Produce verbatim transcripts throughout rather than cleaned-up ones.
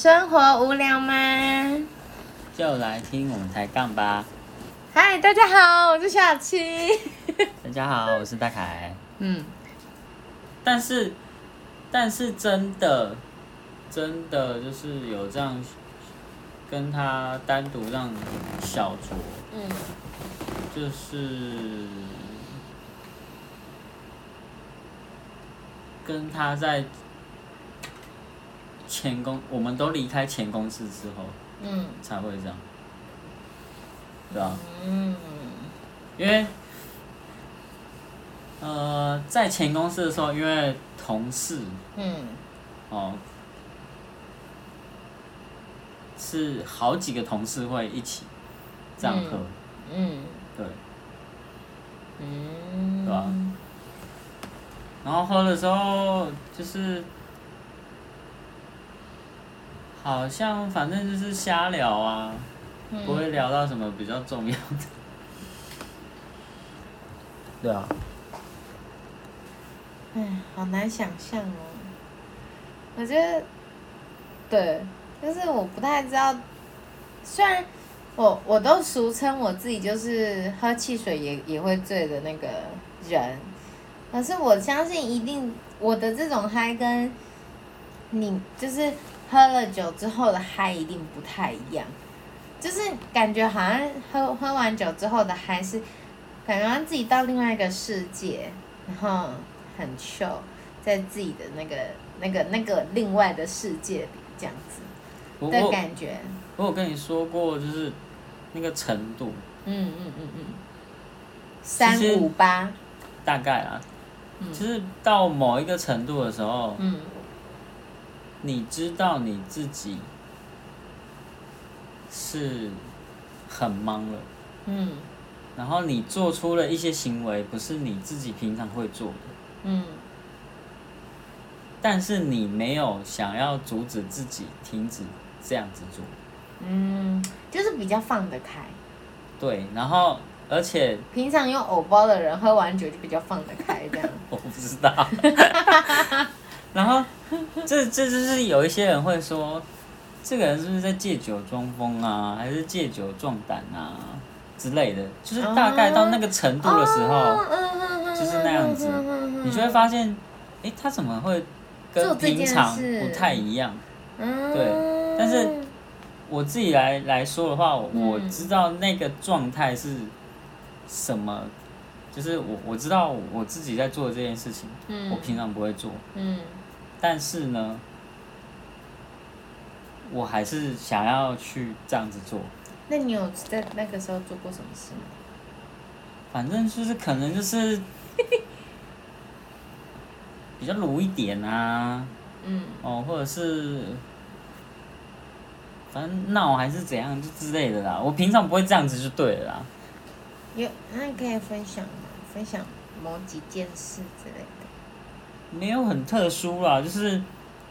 生活无聊吗？ 就来听我们抬杠吧。 嗨，大家好，我是小七。 大家好，我是大凯。 嗯， 但是，但是真的，真的就是有这样跟他单独让小酌， 嗯， 就是跟他在前公，我们都离开前公司之后， 嗯， 才会这样，对吧？ 嗯， 因为，呃，在前公司的时候，因为同事， 嗯， 哦，是好几个同事会一起这样喝， 嗯， 对， 嗯， 对吧？然后喝的时候就是，好像反正就是瞎聊啊， 嗯不会聊到什么比较重要的。对啊。 哎，好难想象哦。我觉得，对，就是我不太知道，虽然我我都俗称我自己就是喝汽水也也会醉的那个人，可是我相信一定我的这种嗨跟你就是喝了酒之后的嗨一定不太一样，就是感觉好像喝喝完酒之后的嗨是感觉让自己到另外一个世界，然后很 chill， 在自己的那个那个那个另外的世界里这样子的感觉。 我有跟你说过，就是那个程度， 嗯嗯嗯嗯，三五八， 大概啊， 嗯， 就是到某一个程度的时候， 嗯， 你知道你自己是很忙了， 嗯， 然后你做出了一些行为，不是你自己平常会做的， 嗯， 但是你没有想要阻止自己停止这样子做， 嗯，就是比较放得开。 对，然后而且平常用偶包的人喝完酒就比较放得开，这样。 我不知道，然后这这就是有一些人会说，这个人是不是在借酒装疯啊，还是借酒壮胆啊之类的，就是大概到那个程度的时候，就是那样子，你就会发现，哎，他怎么会跟平常不太一样？对，但是我自己来来说的话，我知道那个状态是什么，就是我我知道我自己在做这件事情，我平常不会做，但是呢，我还是想要去这样子做。 那你有在那个时候做过什么事吗？ 反正就是可能就是比较鲁一点啊，嗯，哦，或者是反正闹还是怎样就之类的啦。我平常不会这样子就对了啦。 有，那你可以分享吗？分享某几件事之类的。 没有很特殊啦，就是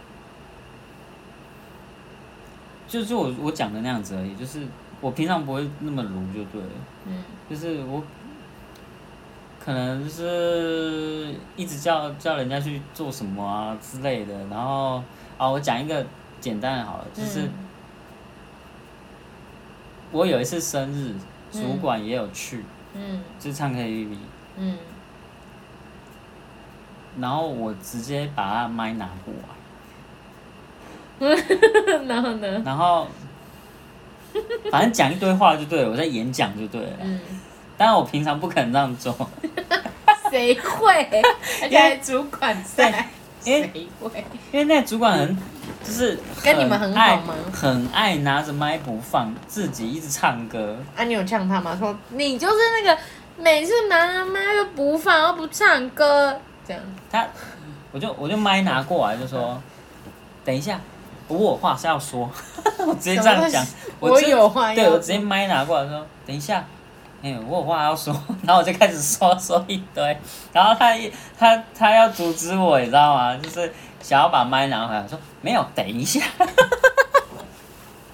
就是我我讲的那样子而已，就是我平常不会那么鲁就对了。嗯，就是我可能就是一直叫叫人家去做什么啊之类的，然后啊，我讲一个简单的好了，就是、嗯、我有一次生日，主管也有去，嗯，就是唱 K T V， 嗯，然后我直接把他麦拿过来， 然后呢？ 然后反正讲一堆话就对了，我在演讲就对了，嗯，当然我平常不可能这样做。 谁会？而且还主管在，谁会？ 因为那个主管很就是跟你们很好吗？ 很爱拿着麦不放，自己一直唱歌。 啊，你有呛他吗？说你就是那个每次拿着麦又不放又不唱歌这样。 他，我就我就麦拿过来就说，等一下，我有话是要说，我直接这样讲。 我有话要说。 对，我直接麦拿过来说，等一下。哎、欸，我有话要说，然后我就开始说说一堆，然后他一他他要阻止我，你知道吗？就是想要把麦拿回来，我说没有，等一下。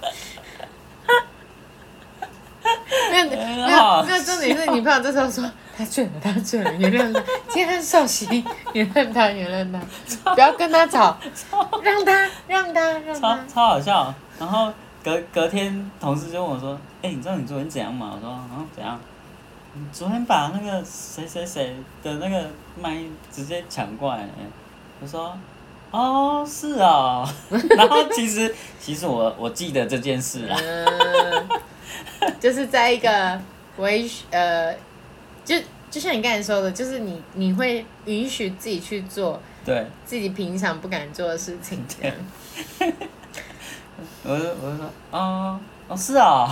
没有没有没有，重点是你朋友这时候说他醉了，他醉了，原谅他。今天他受刑，原谅他，原谅他，不要跟他吵，让他，让他，让超他。 超好笑。然后隔隔天，同事就问我说：“哎、你知道你昨天怎样吗？”我说：“嗯，怎样？你昨天把那个谁谁谁的那个麦直接抢过来。”我说：“哦，是哦。”然后其实其实我我记得这件事啦。 嗯，就是在一个微呃，就就像你刚才说的，就是你你会允许自己去做对自己平常不敢做的事情，这样。 我就我就说：“哦哦，是哦。”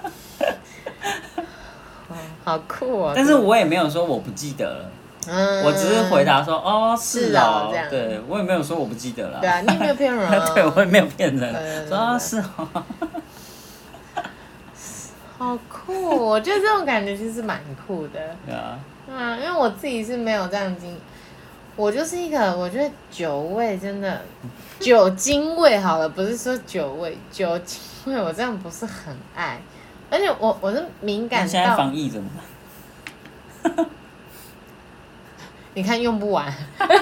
哦，好酷哦！ 但是我也没有说我不记得了。 嗯， 我只是回答说哦是哦， 是哦这样对我也没有说我不记得了。 对啊，你也没有骗人啊。 对，我也没有骗人， 对说啊是哦。 好酷哦，我觉得这种感觉其实蛮酷的。 对啊， 嗯，因为我自己是没有这样经，我就是一个我觉得酒味真的酒精味好了，不是说酒味，酒精味我这样不是很爱，而且我我是敏感到。 那现在防疫怎么办？ 你看用不完，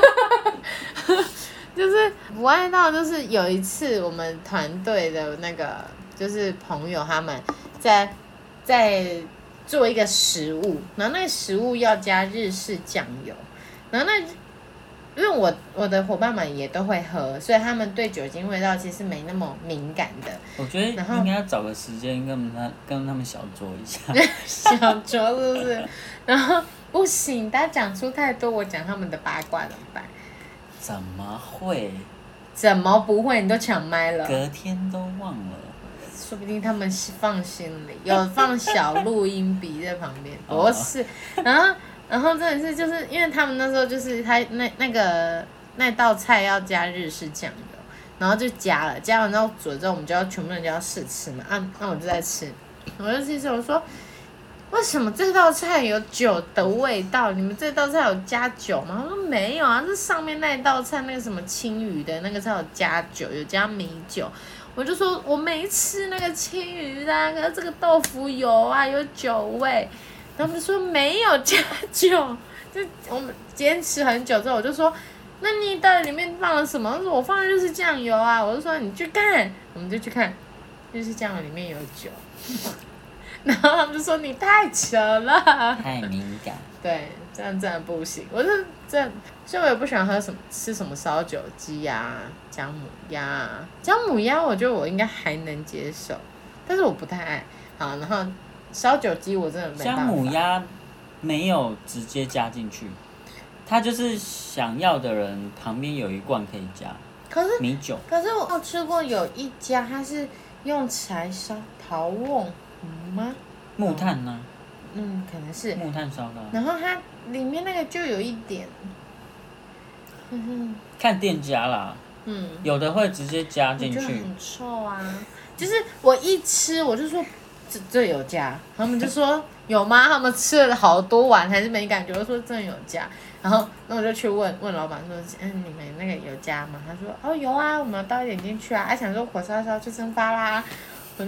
就是不爱到，就是有一次我们团队的那个就是朋友他们在在做一个食物，然后那个食物要加日式酱油，然后那因为我我的伙伴们也都会喝，所以他们对酒精味道其实没那么敏感的。 我觉得应该要找个时间跟他跟他们小酌一下。 小酌是不是？然后不行，大家讲出太多，我讲他们的八卦怎么办？ 怎么会？ 怎么不会？你都抢麦了， 隔天都忘了。 说不定他们放心里有放小录音笔在旁边，不是？然后，然后真的是就是因为他们那时候就是他那那个那道菜要加日式酱油，然后就加了，加完之后煮了之后，我们就要全部人就要试吃嘛。啊，那我就在吃，我就吃吃，我说为什么这道菜有酒的味道？你们这道菜有加酒吗？他说没有啊，这上面那一道菜那个什么青鱼的那个才有加酒，有加米酒。我就说我没吃那个青鱼啊，可是这个豆腐有啊，有酒味。他们说没有加酒，就我们坚持很久之后，我就说，那你到底里面放了什么？他说我放的日式酱油啊。我就说你去看，我们就去看，日式酱油里面有酒。然后他们就说你太扯了， 太敏感。 对，这样真的不行。我是这样，所以我也不喜欢喝什么吃什么烧酒鸡啊、姜母鸭啊。姜母鸭我觉得我应该还能接受，但是我不太爱。好，然后烧酒鸡我真的没办法。 姜母鸭没有直接加进去，它就是想要的人旁边有一罐可以加。 可是米酒。 可是我吃过有一家，它是用柴烧陶瓮吗？ 木炭呢、啊？ 嗯，可能是木炭烧的。 然后它里面那个就有一点， 嗯、看店家啦。 嗯， 有的会直接加进去。 我觉得很臭啊！就是我一吃我就说这这有加，他们就说有吗？他们吃了好多碗还是没感觉，我说真的有加。然后那我就去问问老板说，嗯，你们那个有加吗？他说哦有啊，我们倒一点进去啊。还想说火烧烧就蒸发啦，我就。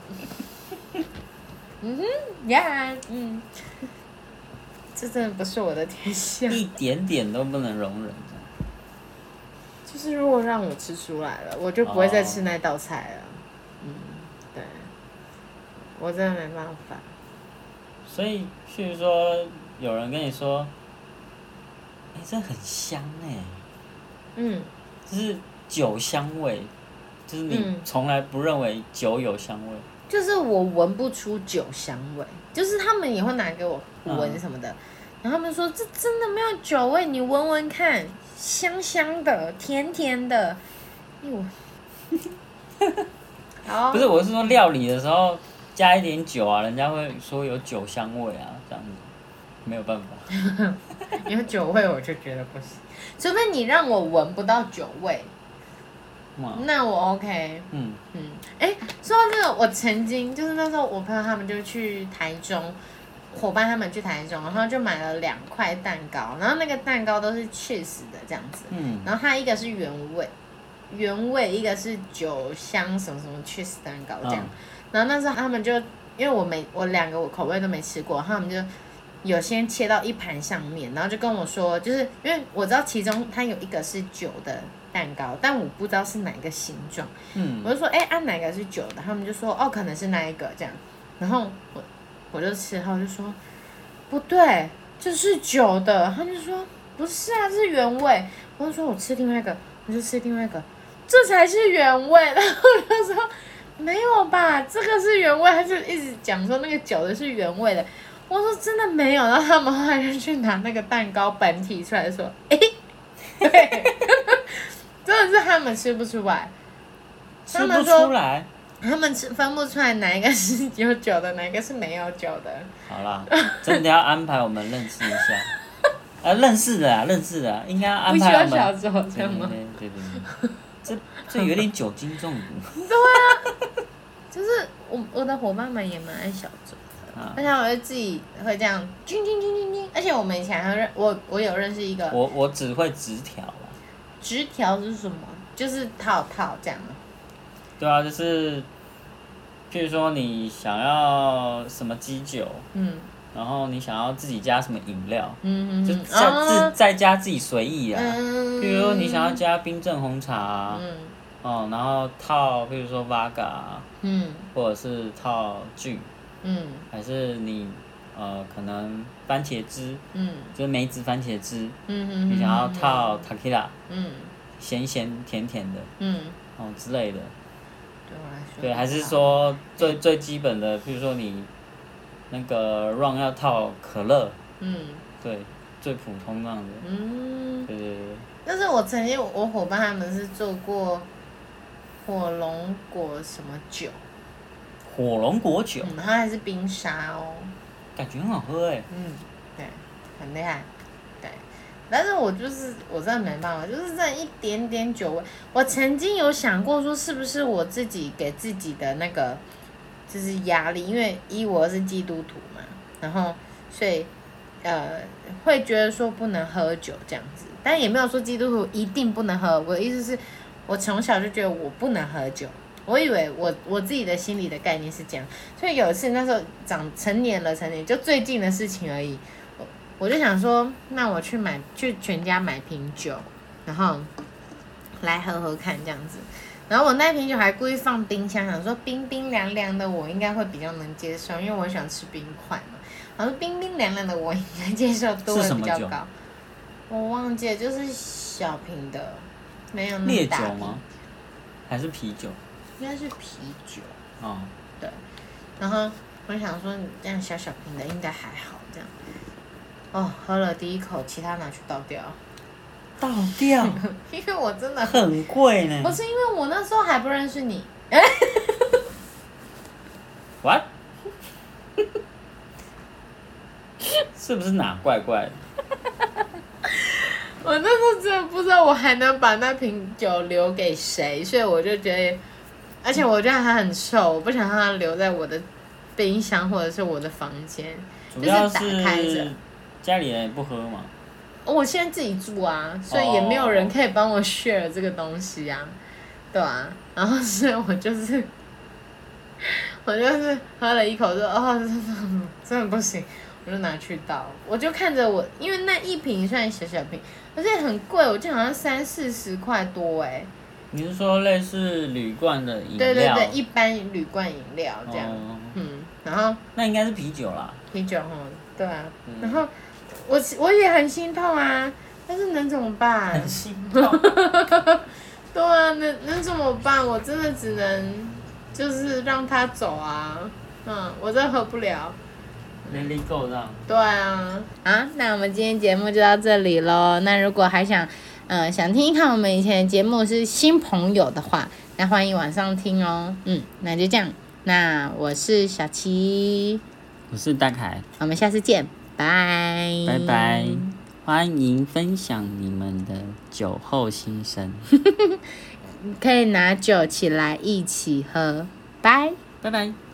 嗯哼呀， yeah, 嗯，这真的不是我的天下， 一点点都不能容忍。 就是如果让我吃出来了，我就不会再吃那道菜了。哦、嗯，对，我真的没办法。 所以，譬如说，有人跟你说，哎、欸，这很香哎、欸， 嗯， 就是酒香味，就是你从来不认为酒有香味。嗯， 就是我闻不出酒香味，就是他们也会拿给我闻什么的，嗯、然后他们说这真的没有酒味，你闻闻看，香香的，甜甜的。哟，好， 不是，我是说料理的时候加一点酒啊，人家会说有酒香味啊，这样子没有办法。 有酒味我就觉得不行，除非你让我闻不到酒味。那我 OK， 嗯嗯，哎、欸，说到这个，我曾经就是那时候我朋友他们就去台中，伙伴他们去台中，然后就买了两块蛋糕，然后那个蛋糕都是 cheese 的这样子，嗯，然后它一个是原味，原味一个是酒香什么什么 cheese 蛋糕这样，嗯、然后那时候他们就因为我没我两个我口味都没吃过，他们就有先切到一盘上面，然后就跟我说，就是因为我知道其中它有一个是酒的蛋糕，但我不知道是哪一个形状，嗯，我就说，哎、欸，按、啊、哪个是酒的？他们就说，哦，可能是那一个这样。然后我我就吃，然后我就说，不对，这是酒的。他就说，不是啊，这是原味。我就说我吃另外一个，我就吃另外一个，这才是原味。然后我就说，没有吧，这个是原味。他就一直讲说那个酒的是原味的。我说真的没有。然后他们后来就去拿那个蛋糕本体出来说，哎、欸，对。真的是他们吃不出来， 吃不出来， 他们吃分不出来哪一个是有酒的，哪一个是没有酒的。 好啦，真的要安排我们认识一下，啊，认识的啊，认识的、啊，应该要安排我们。 不需要小酒这样吗？ 对对对对，这这有点酒精中毒。 对啊，就是我我的伙伴们也蛮爱小酒的，啊、而且我会自己会这样叮叮叮叮叮，而且我们以前还认我我有认识一个， 我我只会直条。 直条是什么？就是套套这样的。 对啊，就是，譬如说你想要什么基酒，嗯，然后你想要自己加什么饮料，嗯嗯，就再、哦、自再加自己随意啊。嗯。譬如说你想要加冰镇红茶、啊，嗯，哦，然后套譬如说 Vaga， 嗯，或者是套 Gin， 嗯，还是你呃可能番茄汁，嗯，就是梅子番茄汁，嗯嗯，你想要套 Tequila， 嗯，咸咸甜甜的，嗯，哦之类的，对我来说，对，还是说最最基本的，譬如说你那个 rum 要套可乐，嗯，对，最普通那样的，嗯，对对对。 但是我曾经我伙伴他们是做过火龙果什么酒， 火龙果酒， 嗯，它还是冰沙哦。 感觉很好喝哎， 嗯，对，很厉害，对，但是我就是我真的没办法，就是这一点点酒味。我曾经有想过说，是不是我自己给自己的那个就是压力，因为一我是基督徒嘛，然后所以呃会觉得说不能喝酒这样子，但也没有说基督徒一定不能喝。我的意思是，我从小就觉得我不能喝酒。我以为我我自己的心里的概念是这样，所以有一次那时候长成年了，成年就最近的事情而已，我我就想说，那我去买去全家买瓶酒，然后来喝喝看这样子。然后我那瓶酒还故意放冰箱，想说冰冰凉凉的我应该会比较能接受，因为我喜欢吃冰块嘛。然后冰冰凉凉的我应该接受度会比较高。我忘记了，就是小瓶的，没有那么大瓶。烈酒吗？ 还是啤酒？ 应该是啤酒哦，对，然后我就想说，你这样小小瓶的应该还好，这样，哦，喝了第一口，其他拿去倒掉， 倒掉， 因为我真的很贵呢。 不是因为我那时候还不认识你 ，what？ 是不是哪怪怪的？ 我那时候真的不知道我还能把那瓶酒留给谁，所以我就觉得。而且我觉得它很臭，我不想让它留在我的冰箱或者是我的房间， 主要是打开着。家里人也不喝嘛。 我现在自己住啊，所以也没有人可以帮我 share 这个东西啊，对啊。然后所以我就是，我就是喝了一口就哦，真的真的不行，我就拿去倒。我就看着我，因为那一瓶算小小瓶，而且很贵，我记得好像三四十块多哎、欸。 你是说类似铝罐的饮料？ 对对对，一般铝罐饮料这样，哦、嗯，然后那应该是啤酒啦。 啤酒哦，对啊，嗯、然后我我也很心痛啊，但是能怎么办？ 很心痛。 对啊，能能怎么办？我真的只能就是让他走啊，嗯，我真的喝不了。 Let it go 这样。 对啊，啊，那我们今天节目就到这里咯。那如果还想。嗯，想听一看我们以前的节目是新朋友的话，那欢迎晚上听哦。嗯，那就这样。那我是小七， 我是大凯， 我们下次见，拜拜拜。欢迎分享你们的酒后心声， 可以拿酒起来一起喝，拜拜拜。